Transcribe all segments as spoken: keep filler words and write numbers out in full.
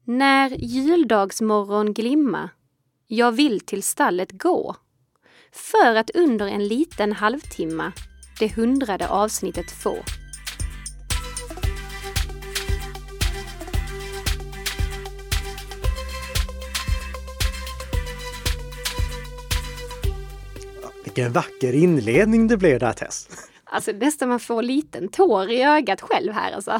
När juldagsmorgon glimma, jag vill till stallet gå, för att under en liten halvtimma det hundrade avsnittet få. Vilken vacker inledning det blev där, Tess. Alltså nästan man får en liten tår i ögat själv här alltså.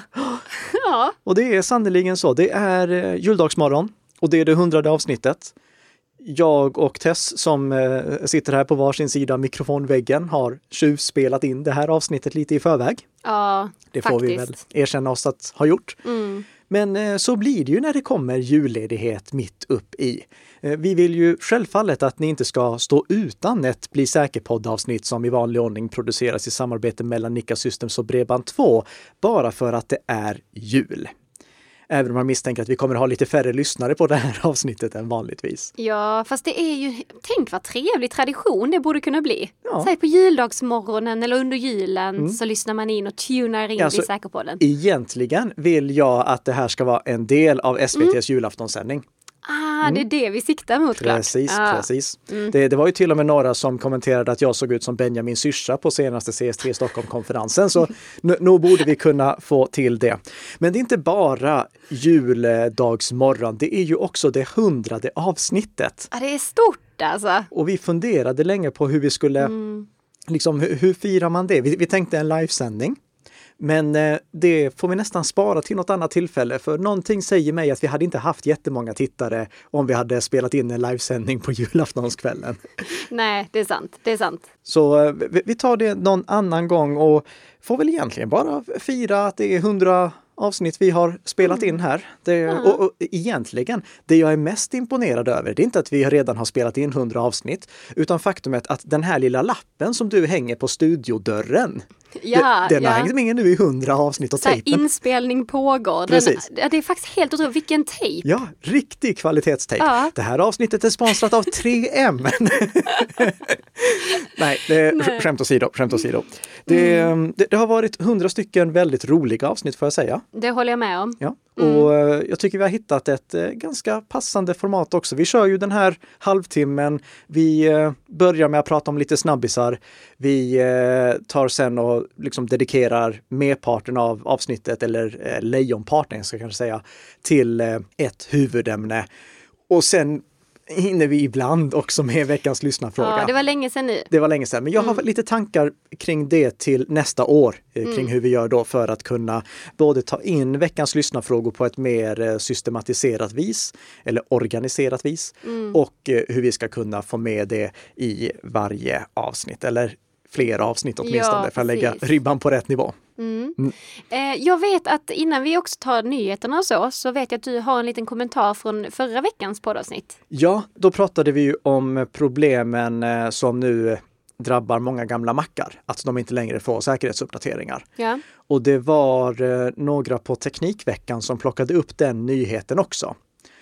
Ja. Och det är sannoliken så. Det är juldagsmorgon och det är det hundrade avsnittet. Jag och Tess som eh, sitter här på varsin sida av mikrofonväggen har tjuvspelat in det här avsnittet lite i förväg. Ja, det faktiskt. får vi väl erkänna oss att ha gjort. Mm. Men eh, så blir det ju när det kommer julledighet mitt upp i. Eh, vi vill ju självfallet att ni inte ska stå utan ett Bli säker-poddavsnitt som i vanlig ordning produceras i samarbete mellan Nikka Systems och Bredband två bara för att det är jul. Även om man misstänker att vi kommer att ha lite färre lyssnare på det här avsnittet än vanligtvis. Ja, fast det är ju, tänk vad trevlig tradition det borde kunna bli. Ja. Säg på juldagsmorgonen eller under julen Mm. så lyssnar man in och tunar in Alltså, i Säkerpodden. Egentligen vill jag att det här ska vara en del av S V T:s mm. julaftonssändning. Ah, det är det vi siktar mot. Precis, klart. Ah. precis. Mm. Det, det var ju till och med några som kommenterade att jag såg ut som Benjamin Syrsa på senaste C S tre Stockholm-konferensen. Så nu, nu borde vi kunna få till det. Men det är inte bara juldagsmorgon, det är ju också det hundrade avsnittet. Ja, det är stort alltså. Och vi funderade länge på hur vi skulle, mm. liksom hur, hur firar man det? Vi, vi tänkte en livesändning. Men eh, det får vi nästan spara till något annat tillfälle, för någonting säger mig att vi hade inte haft jättemånga tittare om vi hade spelat in en livesändning på julaftonskvällen. Nej, det är sant. Det är sant. Så eh, vi, vi tar det någon annan gång och får väl egentligen bara fira att det är hundra avsnitt vi har spelat in här. Det, mm. och, och egentligen, det jag är mest imponerad över, det är inte att vi redan har spelat in hundra avsnitt, utan faktumet att den här lilla lappen som du hänger på studiodörren, ja, den ja. har hängt med nu i hundra avsnitt och tejpen. Inspelning pågår. Precis. Den, det är faktiskt helt otroligt. Vilken tejp. Ja, riktig kvalitetstejp. Ja. Det här avsnittet är sponsrat av tre M. Nej, det, Nej. Skämt åsido, skämt åsido. Det, mm. det, det har varit hundra stycken väldigt roliga avsnitt, får jag säga. Det håller jag med om. Ja. Och mm. jag tycker vi har hittat ett eh, ganska passande format också. Vi kör ju den här halvtimmen. Vi eh, börjar med att prata om lite snabbisar. Vi eh, tar sen och liksom dedikerar merparten av avsnittet, eller eh, lejonparten ska jag kanske säga, till eh, ett huvudämne. Och sen hinner vi ibland också med veckans lyssnarfråga. Ja, det var länge sedan nu. Det var länge sedan, men jag har mm. lite tankar kring det till nästa år, kring mm. hur vi gör då för att kunna både ta in veckans lyssnarfrågor på ett mer systematiserat vis, eller organiserat vis, mm. och hur vi ska kunna få med det i varje avsnitt, eller flera avsnitt åtminstone, ja, för att lägga ribban på rätt nivå. Mm. Mm. Eh, jag vet att innan vi också tar nyheterna och så, så vet jag att du har en liten kommentar från förra veckans poddavsnitt. Ja, då pratade vi ju om problemen eh, som nu drabbar många gamla mackar, att de inte längre får säkerhetsuppdateringar. Ja. Och det var eh, några på Teknikveckan som plockade upp den nyheten också.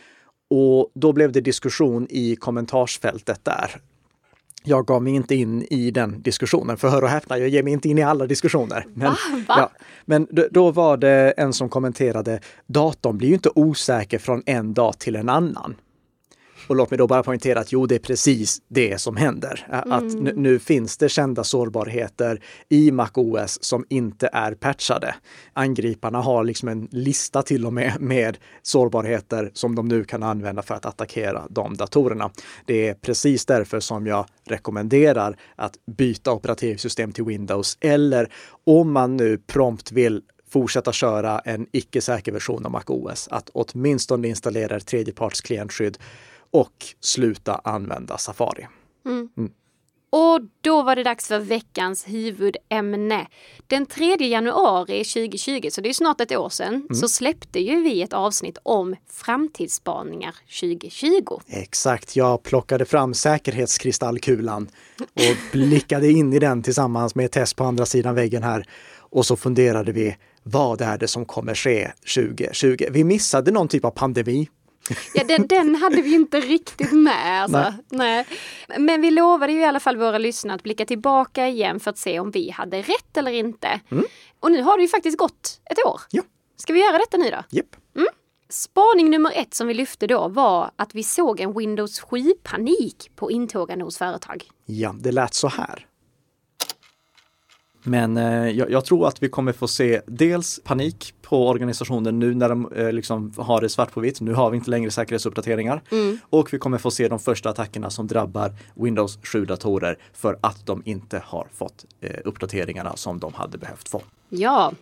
Och då blev det diskussion i kommentarsfältet där. Jag gav mig inte in i den diskussionen, för hör och häpna, jag ger mig inte in i alla diskussioner. Men, Va? Va? Ja, men d- då var det en som kommenterade, datorn blir ju inte osäker från en dag till en annan. Och låt mig då bara poängtera att jo, det är precis det som händer. Mm. Att n- nu finns det kända sårbarheter i macOS som inte är patchade. Angriparna har liksom en lista till och med med sårbarheter som de nu kan använda för att attackera de datorerna. Det är precis därför som jag rekommenderar att byta operativsystem till Windows, eller om man nu prompt vill fortsätta köra en icke-säker version av macOS, att åtminstone installera ett tredjeparts klientskydd och sluta använda Safari. Mm. Mm. Och då var det dags för veckans huvudämne. Den tredje januari tjugohundratjugo, så det är snart ett år sedan, mm. så släppte ju vi ett avsnitt om framtidsspaningar tjugohundratjugo. Exakt, jag plockade fram säkerhetskristallkulan och blickade in i den tillsammans med Tess på andra sidan väggen här. Och så funderade vi, vad är det som kommer ske tjugohundratjugo? Vi missade någon typ av pandemi. Ja, den, den hade vi inte riktigt med. Alltså. Nej. Nej. Men vi lovade ju i alla fall våra lyssnare att blicka tillbaka igen för att se om vi hade rätt eller inte. Mm. Och nu har det ju faktiskt gått ett år. Ja. Ska vi göra detta nu då? Japp. Mm. spaning nummer ett som vi lyfte då var att vi såg en Windows sju-panik på intågande hos företag. Ja, det lät så här. Men eh, jag, jag tror att vi kommer få se dels panik på organisationen nu när de eh, liksom har det svart på vitt. Nu har vi inte längre säkerhetsuppdateringar. Mm. Och vi kommer få se de första attackerna som drabbar Windows sju-datorer för att de inte har fått eh, uppdateringarna som de hade behövt få. Ja.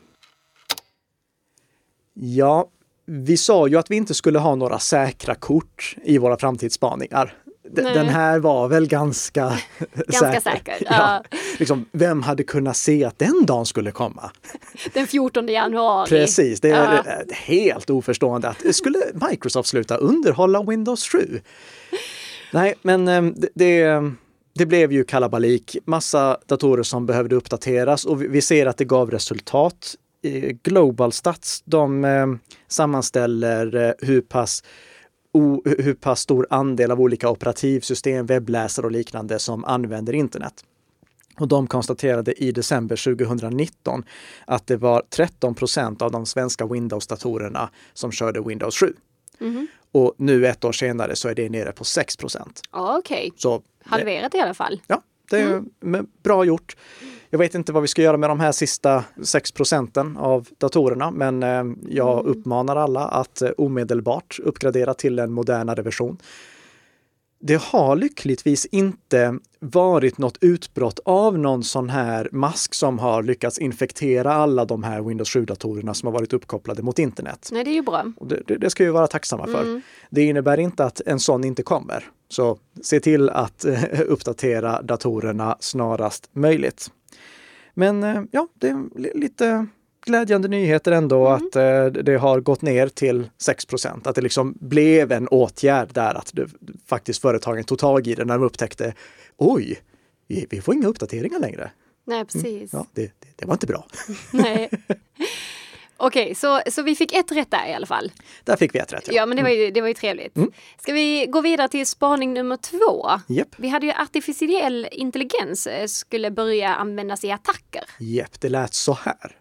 Ja, vi sa ju att vi inte skulle ha några säkra kort i våra framtidsspaningar. D- den här var väl ganska, ganska säker. säker. Ja, liksom, vem hade kunnat se att den dagen skulle komma? Den fjortonde januari. Precis, det är ja. helt oförstående att skulle Microsoft sluta underhålla Windows sju? Nej, men det, det, det blev ju kalabalik. Massa datorer som behövde uppdateras och vi ser att det gav resultat. Global Stats, de eh, sammanställer eh, hur pass o, hur pass stor andel av olika operativsystem, webbläsare och liknande som använder internet. Och de konstaterade i december tjugonitton att det var tretton procent av de svenska Windows-datorerna som körde Windows sju. Mm-hmm. Och nu ett år senare så är det nere på sex procent. Ja, okej. Okay. Halverat i alla fall. Ja, det är mm. bra gjort. Jag vet inte vad vi ska göra med de här sista sex procenten av datorerna, men eh, jag uppmanar alla att eh, omedelbart uppgradera till en modernare version. Det har lyckligtvis inte varit något utbrott av någon sån här mask som har lyckats infektera alla de här Windows sju-datorerna som har varit uppkopplade mot internet. Nej, det är ju bra. Och det, det, det ska vi vara tacksamma för. Mm. Det innebär inte att en sån inte kommer. Så se till att eh, uppdatera datorerna snarast möjligt. Men ja, det är lite glädjande nyheter ändå mm. att eh, det har gått ner till sex procent. Att det liksom blev en åtgärd där att det, faktiskt företagen tog tag i det när de upptäckte oj, vi, vi får inga uppdateringar längre. Nej, precis. Mm, ja, det, det, det var inte bra. Nej. Okej, okay, så, så vi fick ett rätt där i alla fall. Där fick vi ett rätt, ja. Ja, men det var ju, det var ju trevligt. Mm. Ska vi gå vidare till spaning nummer två? Yep. Vi hade ju artificiell intelligens skulle börja användas i attacker. Japp, det lät så här.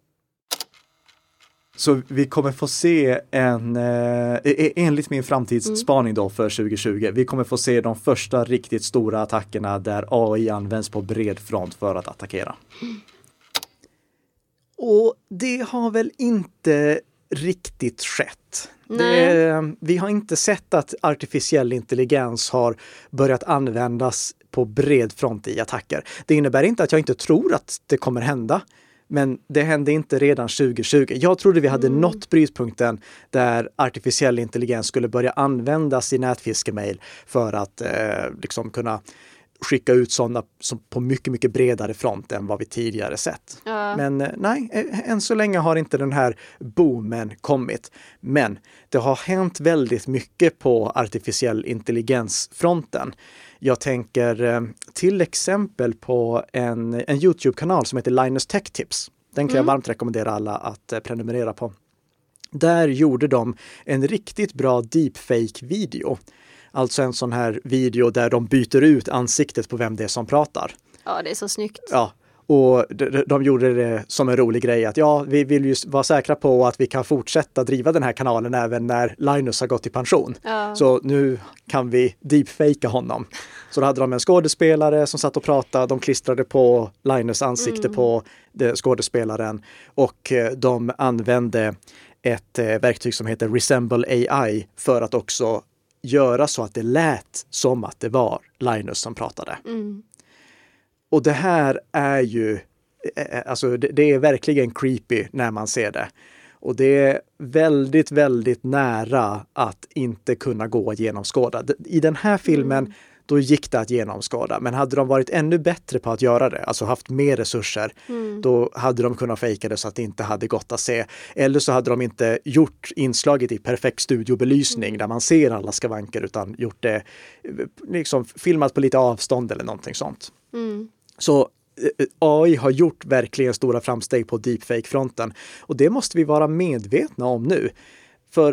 Så vi kommer få se en, eh, enligt min framtidsspaning då för tjugo tjugo, vi kommer få se de första riktigt stora attackerna där A I används på bred front för att attackera. Mm. Och det har väl inte riktigt skett. Det, vi har inte sett att artificiell intelligens har börjat användas på bred front i attacker. Det innebär inte att jag inte tror att det kommer hända. Men det hände inte redan tjugo tjugo. Jag trodde vi hade mm. nått brytpunkten där artificiell intelligens skulle börja användas i nätfiskemail för att eh, liksom kunna skicka ut sådana som på mycket, mycket bredare front än vad vi tidigare sett. Ja. Men eh, nej, än så länge har inte den här boomen kommit. Men det har hänt väldigt mycket på artificiell intelligensfronten. Jag tänker eh, till exempel på en, en YouTube-kanal som heter Linus Tech Tips. Den kan mm. jag varmt rekommendera alla att eh, prenumerera på. Där gjorde de en riktigt bra deepfake-video. Alltså en sån här video där de byter ut ansiktet på vem det är som pratar. Ja, det är så snyggt. Ja, och de, de gjorde det som en rolig grej att ja, vi vill ju vara säkra på att vi kan fortsätta driva den här kanalen även när Linus har gått i pension. Ja. Så nu kan vi deepfakea honom. Så då hade de en skådespelare som satt och pratade, de klistrade på Linus ansikte mm. på det, skådespelaren och de använde ett eh, verktyg som heter Resemble A I för att också göra så att det lät som att det var Linus som pratade. Mm. Och det här är ju, alltså det, det är verkligen creepy när man ser det. Och det är väldigt, väldigt nära att inte kunna gå att genomskåda. I den här filmen, mm. då gick det att genomskåda. Men hade de varit ännu bättre på att göra det, alltså haft mer resurser, mm. då hade de kunnat fejka det så att det inte hade gått att se. Eller så hade de inte gjort inslaget i perfekt studiobelysning mm. där man ser alla skavanker, utan gjort det liksom filmat på lite avstånd eller någonting sånt. Mm. Så A I har gjort verkligen stora framsteg på deepfake-fronten. Och det måste vi vara medvetna om nu. För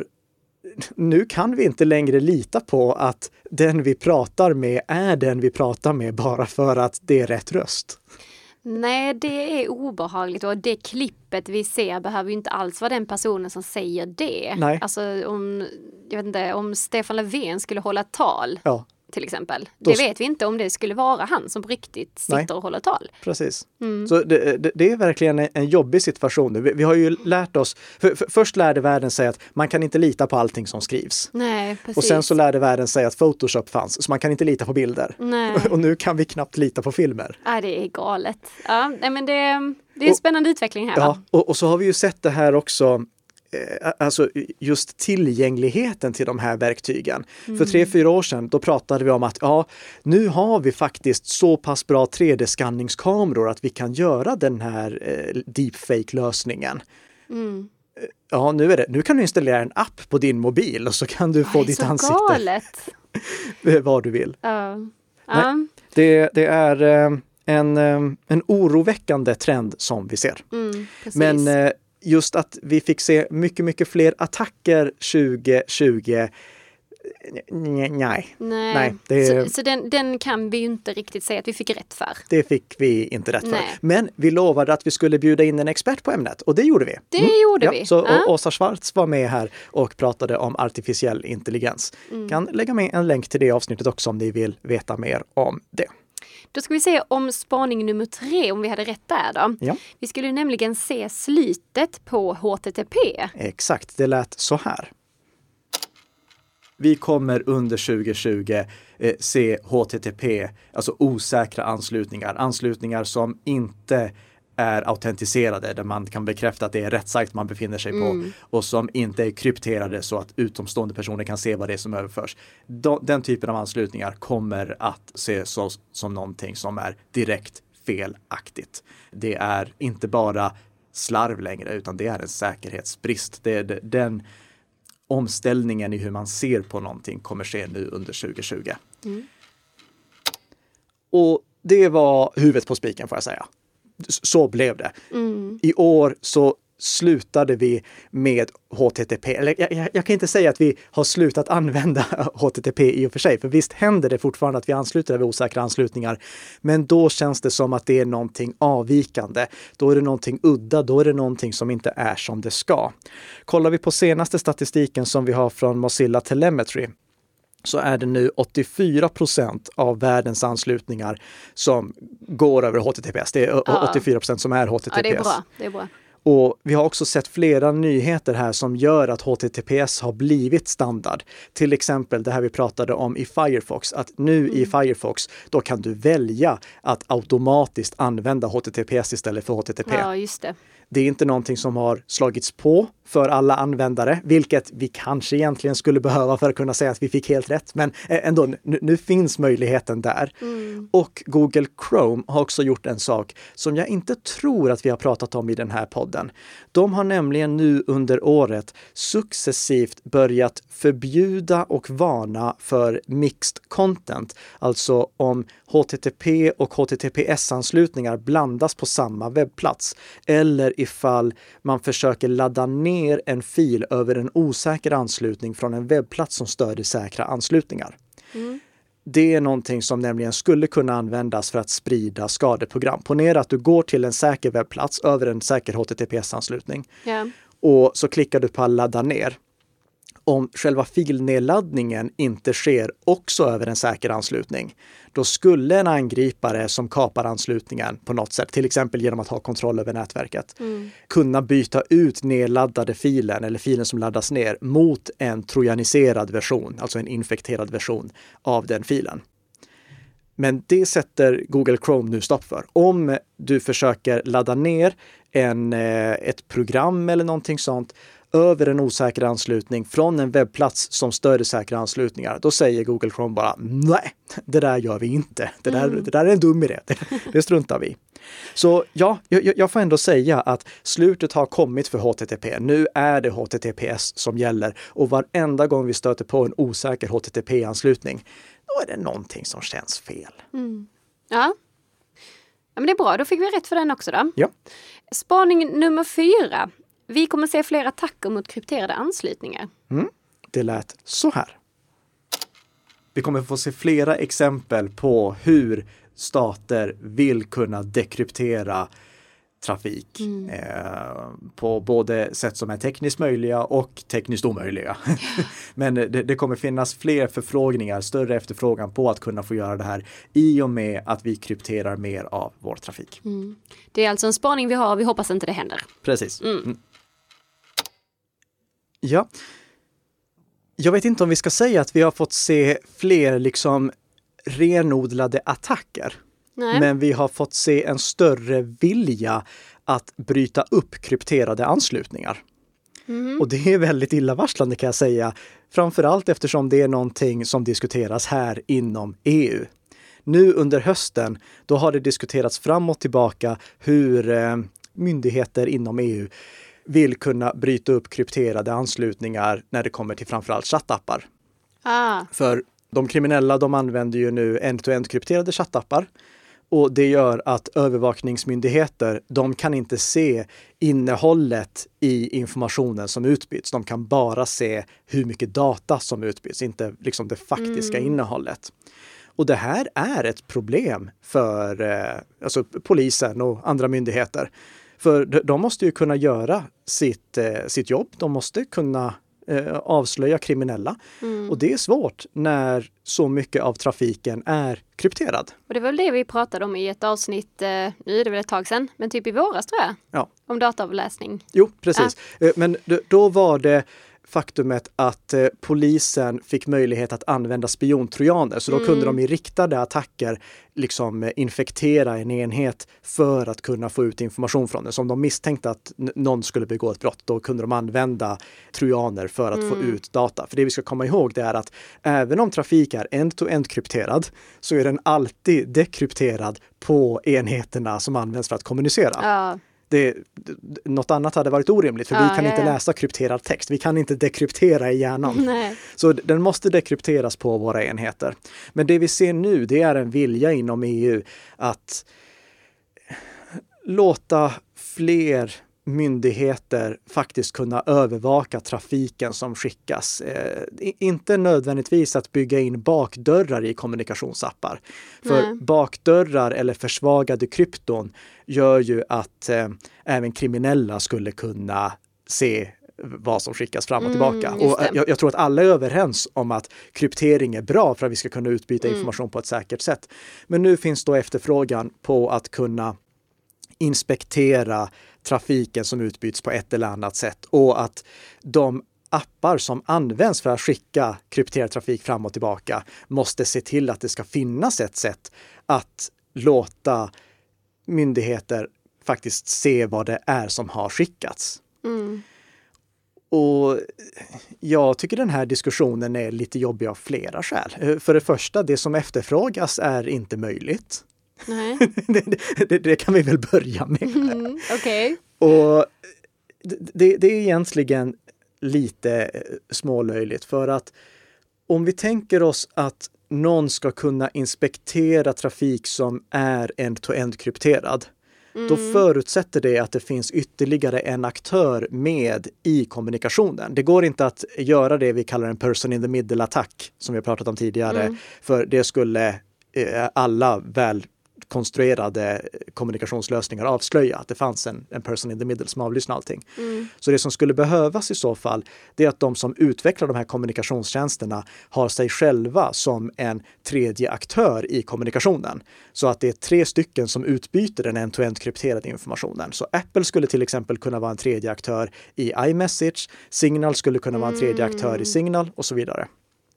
nu kan vi inte längre lita på att den vi pratar med är den vi pratar med bara för att det är rätt röst. Nej, det är obehagligt och det klippet vi ser behöver ju inte alls vara den personen som säger det. Nej. Alltså om, jag vet inte, om Stefan Löfven skulle hålla tal Ja. till exempel. Då... Det vet vi inte om det skulle vara han som på riktigt sitter Nej. och håller tal. Precis. Mm. Så det, det, det är verkligen en, en jobbig situation. Vi, vi har ju lärt oss, för, för, först lärde världen sig att man kan inte lita på allting som skrivs. Nej, precis. Och sen så lärde världen sig att Photoshop fanns, så man kan inte lita på bilder. Nej. Och nu kan vi knappt lita på filmer. Ja, det är galet. Ja, men det, det är en och, spännande utveckling här. Ja, och, och så har vi ju sett det här också, alltså just tillgängligheten till de här verktygen. Mm. För tre, fyra år sedan då pratade vi om att ja, nu har vi faktiskt så pass bra tre D-skanningskameror att vi kan göra den här eh, deepfake-lösningen. Mm. Ja, nu är det. Nu kan du installera en app på din mobil och så kan du få Aj, ditt så ansikte galet. vad du vill. Uh. Nej, uh. det, det är eh, en, eh, en oroväckande trend som vi ser. Mm, Men eh, just att vi fick se mycket, mycket fler attacker tjugo tjugo. Nej. Nej. Nej det, så så den, den kan vi ju inte riktigt säga att vi fick rätt för. Det fick vi inte rätt Nej. för. Men vi lovade att vi skulle bjuda in en expert på ämnet och det gjorde vi. Det mm. gjorde ja, vi. Så ja. Åsa Schwartz var med här och pratade om artificiell intelligens. Mm. Kan lägga med en länk till det avsnittet också om ni vill veta mer om det. Då ska vi se om spaning nummer tre, om vi hade rätt där då. Ja. Vi skulle nämligen se slutet på H T T P. Exakt, det lät så här. Vi kommer under tjugo tjugo eh, se H T T P, alltså osäkra anslutningar. Anslutningar som inte är autentiserade, där man kan bekräfta att det är rätt sajt man befinner sig på mm. och som inte är krypterade så att utomstående personer kan se vad det är som överförs. Den typen av anslutningar kommer att ses som, som någonting som är direkt felaktigt. Det är inte bara slarv längre utan det är en säkerhetsbrist. Det är den omställningen i hur man ser på någonting kommer ske nu under tjugo tjugo. Mm. Och det var huvudet på spiken får jag säga. Så blev det. Mm. I år så slutade vi med H T T P. Eller jag, jag, jag kan inte säga att vi har slutat använda H T T P i och för sig. För visst händer det fortfarande att vi ansluter över osäkra anslutningar. Men då känns det som att det är någonting avvikande. Då är det någonting udda. Då är det någonting som inte är som det ska. Kollar vi på senaste statistiken som vi har från Mozilla Telemetry så är det nu åttiofyra procent av världens anslutningar som går över H T T P S. Det är ja. åttiofyra procent som är H T T P S. Ja, det är bra. Det är bra. Och vi har också sett flera nyheter här som gör att H T T P S har blivit standard. Till exempel det här vi pratade om i Firefox. Att nu mm. i Firefox då kan du välja att automatiskt använda H T T P S istället för H T T P. Ja, just det. Det är inte någonting som har slagits på för alla användare, vilket vi kanske egentligen skulle behöva för att kunna säga att vi fick helt rätt. Men ändå, nu, nu finns möjligheten där. Mm. Och Google Chrome har också gjort en sak som jag inte tror att vi har pratat om i den här podden. De har nämligen nu under året successivt börjat förbjuda och varna för mixed content. Alltså om H T T P och H T T P S-anslutningar blandas på samma webbplats. Eller ifall man försöker ladda ner en fil över en osäker anslutning från en webbplats som stödjer säkra anslutningar. Mm. Det är någonting som nämligen skulle kunna användas för att sprida skadeprogram. Ponera att du går till en säker webbplats över en säker H T T P S-anslutning. Yeah. Och så klickar du på att ladda ner. Om själva filnedladdningen inte sker också över en säker anslutning, då skulle en angripare som kapar anslutningen på något sätt, till exempel genom att ha kontroll över nätverket, mm. kunna byta ut nedladdade filen eller filen som laddas ner mot en trojaniserad version, alltså en infekterad version av den filen. Men det sätter Google Chrome nu stopp för. Om du försöker ladda ner en, ett program eller någonting sånt över en osäker anslutning från en webbplats som stödjer säkra anslutningar, då säger Google Chrome bara nej, det där gör vi inte. Det där, mm. det där är en dum idé. Det, det struntar vi. Så ja, jag, jag får ändå säga att slutet har kommit för H T T P. Nu är det H T T P S som gäller och varenda gång vi stöter på en osäker H T T P-anslutning, då är det någonting som känns fel. Mm. Ja. Ja, men det är bra. Då fick vi rätt för den också då. Ja. Spaning nummer fyra. Vi kommer se fler attacker mot krypterade anslutningar. Mm. Det lät så här. Vi kommer få se flera exempel på hur stater vill kunna dekryptera trafik mm. eh, på både sätt som är tekniskt möjliga och tekniskt omöjliga. Men det, det kommer finnas fler förfrågningar, större efterfrågan på att kunna få göra det här i och med att vi krypterar mer av vår trafik. Mm. Det är alltså en spaning vi har, vi hoppas inte det händer. Precis. Mm. Mm. Ja. Jag vet inte om vi ska säga att vi har fått se fler liksom renodlade attacker. Nej. Men vi har fått se en större vilja att bryta upp krypterade anslutningar. Mm. Och det är väldigt illavarslande kan jag säga. Framförallt eftersom det är någonting som diskuteras här inom E U. Nu under hösten, då har det diskuterats fram och tillbaka hur eh, myndigheter inom E U vill kunna bryta upp krypterade anslutningar när det kommer till framförallt chattappar. Ah. För de kriminella, de använder ju nu end-to-end krypterade chattappar. Och det gör att övervakningsmyndigheter, de kan inte se innehållet i informationen som utbyts. De kan bara se hur mycket data som utbyts, inte liksom det faktiska mm. innehållet. Och det här är ett problem för eh, alltså polisen och andra myndigheter. För de måste ju kunna göra sitt, eh, sitt jobb. De måste kunna eh, avslöja kriminella. Mm. Och det är svårt när så mycket av trafiken är krypterad. Och det var väl det vi pratade om i ett avsnitt, eh, nu är det väl ett tag sedan, men typ i våras tror jag. Ja. Om dataavläsning. Jo, precis. Ja. Men då var det faktumet att eh, polisen fick möjlighet att använda spiontrojaner. Så då mm. kunde de i riktade attacker liksom eh, infektera en enhet för att kunna få ut information från den. Så om de misstänkte att n- någon skulle begå ett brott, då kunde de använda trojaner för att mm. få ut data. För det vi ska komma ihåg det är att även om trafik är end-to-end krypterad så är den alltid dekrypterad på enheterna som används för att kommunicera. Ja. Det, något annat hade varit orimligt för ja, vi kan ja, inte ja. läsa krypterad text. Vi kan inte dekryptera i hjärnan. Nej. Så den måste dekrypteras på våra enheter. Men det vi ser nu, det är en vilja inom E U att låta fler myndigheter faktiskt kunna övervaka trafiken som skickas. Eh, inte nödvändigtvis att bygga in bakdörrar i kommunikationsappar. För Nej. bakdörrar eller försvagade krypton gör ju att eh, även kriminella skulle kunna se vad som skickas fram och tillbaka. Mm, och jag, jag tror att alla är överens om att kryptering är bra för att vi ska kunna utbyta mm. information på ett säkert sätt. Men nu finns då efterfrågan på att kunna inspektera trafiken som utbyts på ett eller annat sätt och att de appar som används för att skicka krypterad trafik fram och tillbaka måste se till att det ska finnas ett sätt att låta myndigheter faktiskt se vad det är som har skickats. Mm. Och jag tycker den här diskussionen är lite jobbig av flera skäl. För det första, det som efterfrågas är inte möjligt. Nej. det, det, det kan vi väl börja med. Mm, okay. Och det, det är egentligen lite smålöjligt för att om vi tänker oss att någon ska kunna inspektera trafik som är end-to-end krypterad, mm. då förutsätter det att det finns ytterligare en aktör med i kommunikationen. Det går inte att göra det vi kallar en person in the middle attack som vi har pratat om tidigare, mm. för det skulle eh, alla väl konstruerade kommunikationslösningar avslöja att det fanns en, en person in the middle som avlyssnar allting. Mm. Så det som skulle behövas i så fall, det är att de som utvecklar de här kommunikationstjänsterna har sig själva som en tredje aktör i kommunikationen. Så att det är tre stycken som utbyter den end-to-end krypterade informationen. Så Apple skulle till exempel kunna vara en tredje aktör i iMessage, Signal skulle kunna vara en tredje aktör i Signal och så vidare.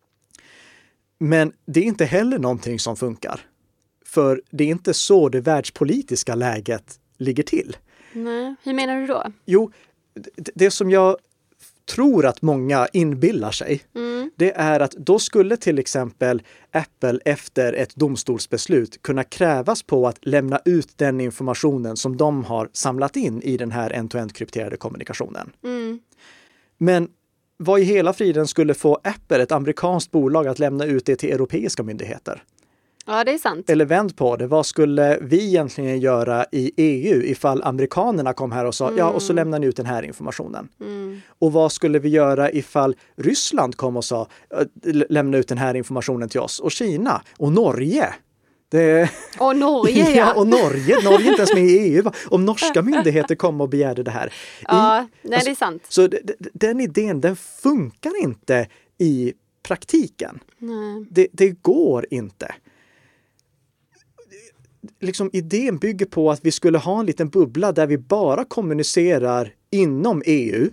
Men det är inte heller någonting som funkar. För det är inte så det världspolitiska läget ligger till. Nej, hur menar du då? Jo, det, det som jag tror att många inbillar sig, mm. det är att då skulle till exempel Apple efter ett domstolsbeslut kunna krävas på att lämna ut den informationen som de har samlat in i den här end-to-end krypterade kommunikationen. Mm. Men vad i hela friden skulle få Apple, ett amerikanskt bolag, att lämna ut det till europeiska myndigheter? Ja, det är sant. Eller vänd på det. Vad skulle vi egentligen göra i E U ifall amerikanerna kom här och sa, mm. ja, och så lämnar ni ut den här informationen. Mm. Och vad skulle vi göra ifall Ryssland kom och sa, lämna ut den här informationen till oss? Och Kina och Norge. Det... Och Norge, ja. ja. Och Norge. Norge är inte ens med i E U. Va? Om norska myndigheter kom och begärde det här. Ja, I, nej, alltså, det är sant. Så d- d- den idén, den funkar inte i praktiken. Nej. Det, det går inte. Liksom, idén bygger på att vi skulle ha en liten bubbla där vi bara kommunicerar inom E U.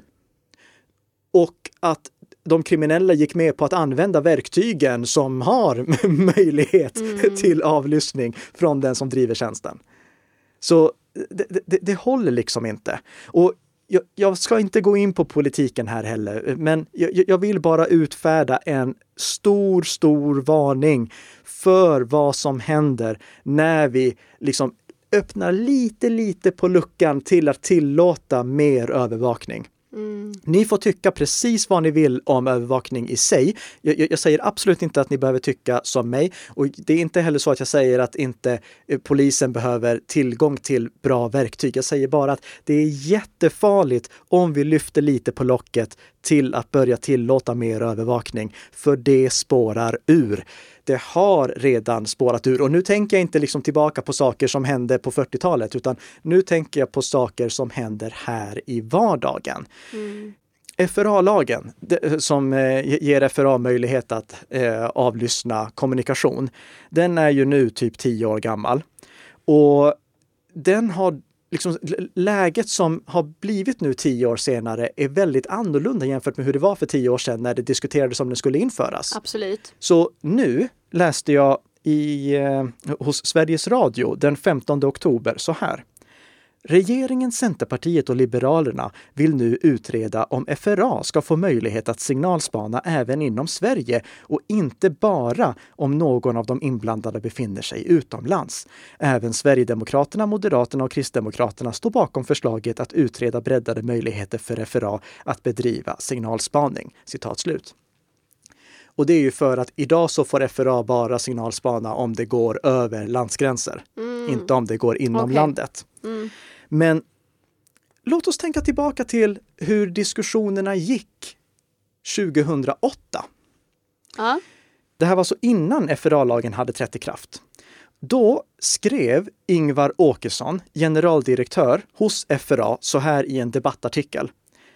Och att de kriminella gick med på att använda verktygen som har möjlighet mm. till avlyssning från den som driver tjänsten. Så det, det, det håller liksom inte. Och jag, jag ska inte gå in på politiken här heller, men jag, jag vill bara utfärda en stor, stor varning för vad som händer när vi liksom öppnar lite, lite på luckan till att tillåta mer övervakning. Mm. Ni får tycka precis vad ni vill om övervakning i sig. Jag, jag, jag säger absolut inte att ni behöver tycka som mig. Och det är inte heller så att jag säger att inte eh, polisen behöver tillgång till bra verktyg. Jag säger bara att det är jättefarligt om vi lyfter lite på locket till att börja tillåta mer övervakning. För det spårar ur. Det har redan spårat ur. Och nu tänker jag inte liksom tillbaka på saker som hände på fyrtiotalet, utan nu tänker jag på saker som händer här i vardagen. Mm. F R A-lagen som eh, ger F R A möjlighet att eh, avlyssna kommunikation, den är ju nu typ tio år gammal. Och den har liksom, läget som har blivit nu tio år senare är väldigt annorlunda jämfört med hur det var för tio år sedan när det diskuterades om den skulle införas. Absolut. Så nu läste jag i, eh, hos Sveriges Radio den femtonde oktober så här. Regeringen, Centerpartiet och Liberalerna vill nu utreda om F R A ska få möjlighet att signalspana även inom Sverige och inte bara om någon av de inblandade befinner sig utomlands. Även Sverigedemokraterna, Moderaterna och Kristdemokraterna står bakom förslaget att utreda breddade möjligheter för F R A att bedriva signalspaning. Citat slut. Och det är ju för att idag så får F R A bara signalspana om det går över landsgränser. Mm. Inte om det går inom okay. landet. Mm. Men låt oss tänka tillbaka till hur diskussionerna gick tjugohundraåtta. Ja. Det här var så innan F R A-lagen hade trätt i kraft. Då skrev Ingvar Åkesson, generaldirektör hos F R A, så här i en debattartikel.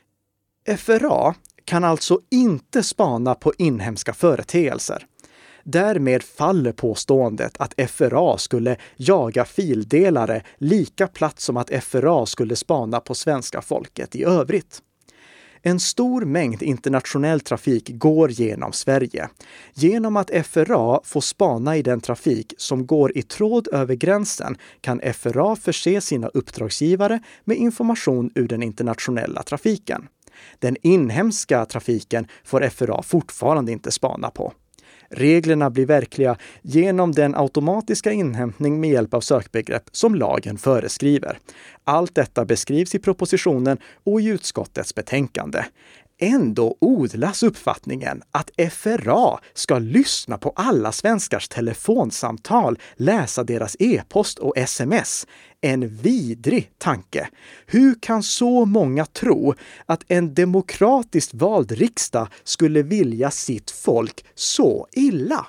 F R A kan alltså inte spana på inhemska företeelser. Därmed faller påståendet att F R A skulle jaga fildelare lika platt som att F R A skulle spana på svenska folket i övrigt. En stor mängd internationell trafik går genom Sverige. Genom att F R A får spana i den trafik som går i tråd över gränsen kan F R A förse sina uppdragsgivare med information ur den internationella trafiken. Den inhemska trafiken får F R A fortfarande inte spana på. Reglerna blir verkliga genom den automatiska inhämtning med hjälp av sökbegrepp som lagen föreskriver. Allt detta beskrivs i propositionen och i utskottets betänkande. Ändå odlas uppfattningen att F R A ska lyssna på alla svenskars telefonsamtal, läsa deras e-post och sms. En vidrig tanke. Hur kan så många tro att en demokratiskt vald riksdag skulle vilja sitt folk så illa?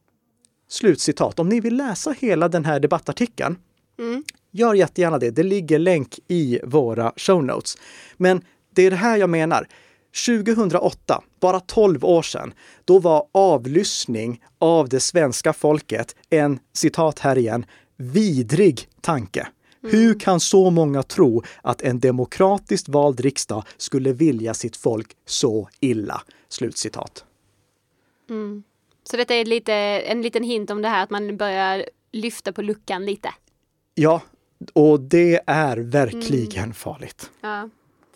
Slutcitat. Om ni vill läsa hela den här debattartikeln, mm. gör jättegärna det. Det ligger länk i våra show notes. Men det är det här jag menar. tjugohundraåtta, bara tolv år sedan, då var avlyssning av det svenska folket en, citat här igen, vidrig tanke. Mm. Hur kan så många tro att en demokratiskt vald riksdag skulle vilja sitt folk så illa? Slutcitat. Mm. Så detta är lite, en liten hint om det här att man börjar lyfta på luckan lite. Ja, och det är verkligen mm. farligt. Ja.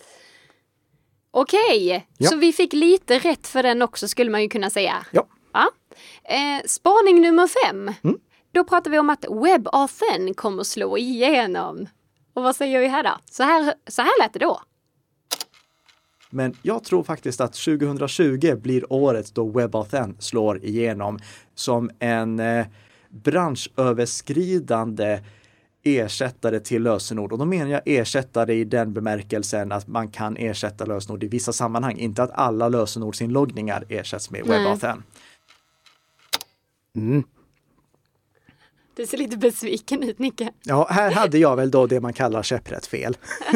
Okej, ja. Så vi fick lite rätt för den också skulle man ju kunna säga. Ja. ja. Eh, spaning nummer fem. Mm. Då pratar vi om att WebAuthn kommer slå igenom. Och vad säger vi här då? Så här, så här lät det då. Men jag tror faktiskt att tjugohundratjugo blir året då WebAuthn slår igenom som en eh, branschöverskridande ersättare till lösenord. Och då menar jag ersättare i den bemärkelsen att man kan ersätta lösenord i vissa sammanhang. Inte att alla lösenordsinloggningar ersätts med WebAuthn. Mm. Du ser lite besviken ut, Nicke. Ja, här hade jag väl då det man kallar käpprätt fel.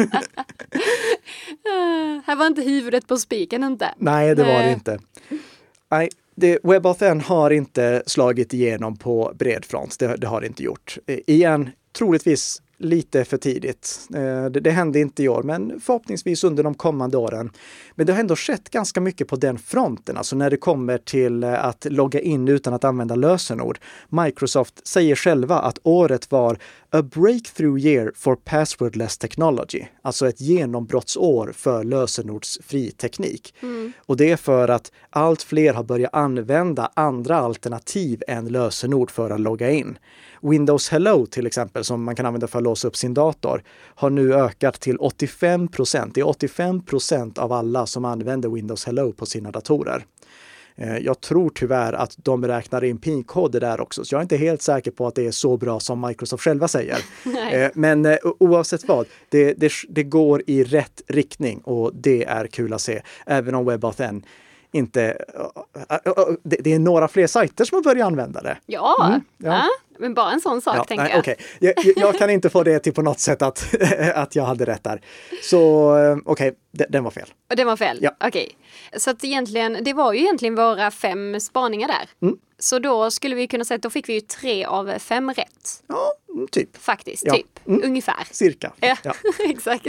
uh, här var inte huvudet på spiken inte. Nej, det var det inte. Nej, det, WebAuthn har inte slagit igenom på bred front. Det, det har det inte gjort. E, igen, troligtvis lite för tidigt. Det, det hände inte i år, men förhoppningsvis under de kommande åren. Men det har ändå skett ganska mycket på den fronten, alltså när det kommer till att logga in utan att använda lösenord. Microsoft säger själva att året var a breakthrough year for passwordless technology, alltså ett genombrottsår för lösenordsfri teknik. Mm. Och det är för att allt fler har börjat använda andra alternativ än lösenord för att logga in. Windows Hello till exempel, som man kan använda för att låsa upp sin dator, har nu ökat till åttiofem procent. Det är åttiofem procent av alla som använder Windows Hello på sina datorer. Jag tror tyvärr att de räknar in pinkoder där också, så jag är inte helt säker på att det är så bra som Microsoft själva säger. Nej. Men oavsett vad, det, det, det går i rätt riktning och det är kul att se, även om WebAuthn inte... Det är några fler sajter som har börjat använda det. Ja, mm, ja. ja men bara en sån sak, ja, tänker nej, jag. Okay. jag. Jag kan inte få det till på något sätt att, att jag hade rätt där. Så okej, okay, den var fel. Och den var fel? Ja. Okej. Okay. Så att egentligen, det var ju egentligen våra fem spaningar där. Mm. Så då skulle vi kunna säga att då fick vi ju tre av fem rätt. Ja, typ. Faktiskt, ja. typ. Mm. Ungefär. Cirka. Ja, ja. Exakt.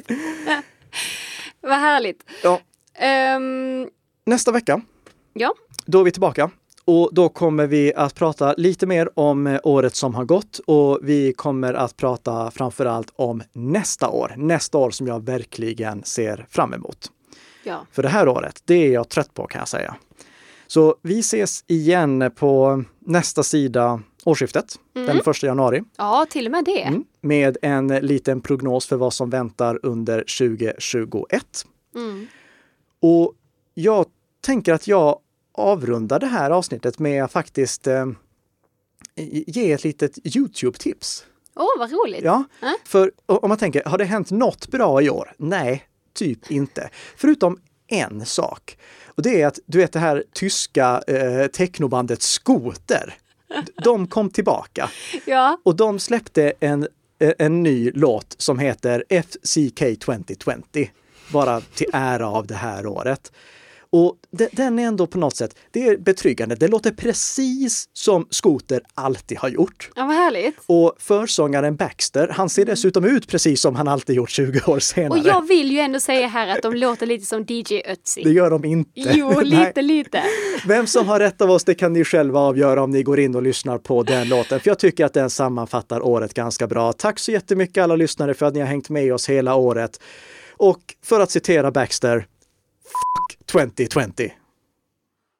Vad härligt. Ja. Um... Nästa vecka, ja. Då är vi tillbaka och då kommer vi att prata lite mer om året som har gått och vi kommer att prata framförallt om nästa år. Nästa år som jag verkligen ser fram emot. Ja. För det här året, det är jag trött på kan jag säga. Så vi ses igen på nästa sida årsskiftet, mm. den första januari. Ja, till och med det. Mm. Med en liten prognos för vad som väntar under tjugohundratjugoett. Mm. Och jag tänker att jag avrundar det här avsnittet med att faktiskt eh, ge ett litet YouTube-tips. Åh, oh, vad roligt! Ja, äh? För om man tänker, har det hänt något bra i år? Nej, typ inte. Förutom en sak. Och det är att, du vet det här tyska eh, technobandet Scooter. De kom tillbaka. Ja. Och de släppte en, en ny låt som heter F C K tjugo tjugo. Bara till ära av det här året. Och de, den är ändå på något sätt, det är betryggande. Det låter precis som Scooter alltid har gjort. Ja, vad härligt. Och försångaren Baxter, han ser dessutom ut precis som han alltid gjort tjugo år senare. Och jag vill ju ändå säga här att de låter lite som D J Ötzi. Det gör de inte. Jo, lite, lite. Vem som har rätt av oss, det kan ni själva avgöra om ni går in och lyssnar på den låten. För jag tycker att den sammanfattar året ganska bra. Tack så jättemycket alla lyssnare för att ni har hängt med oss hela året. Och för att citera Baxter, fuck tjugo tjugo.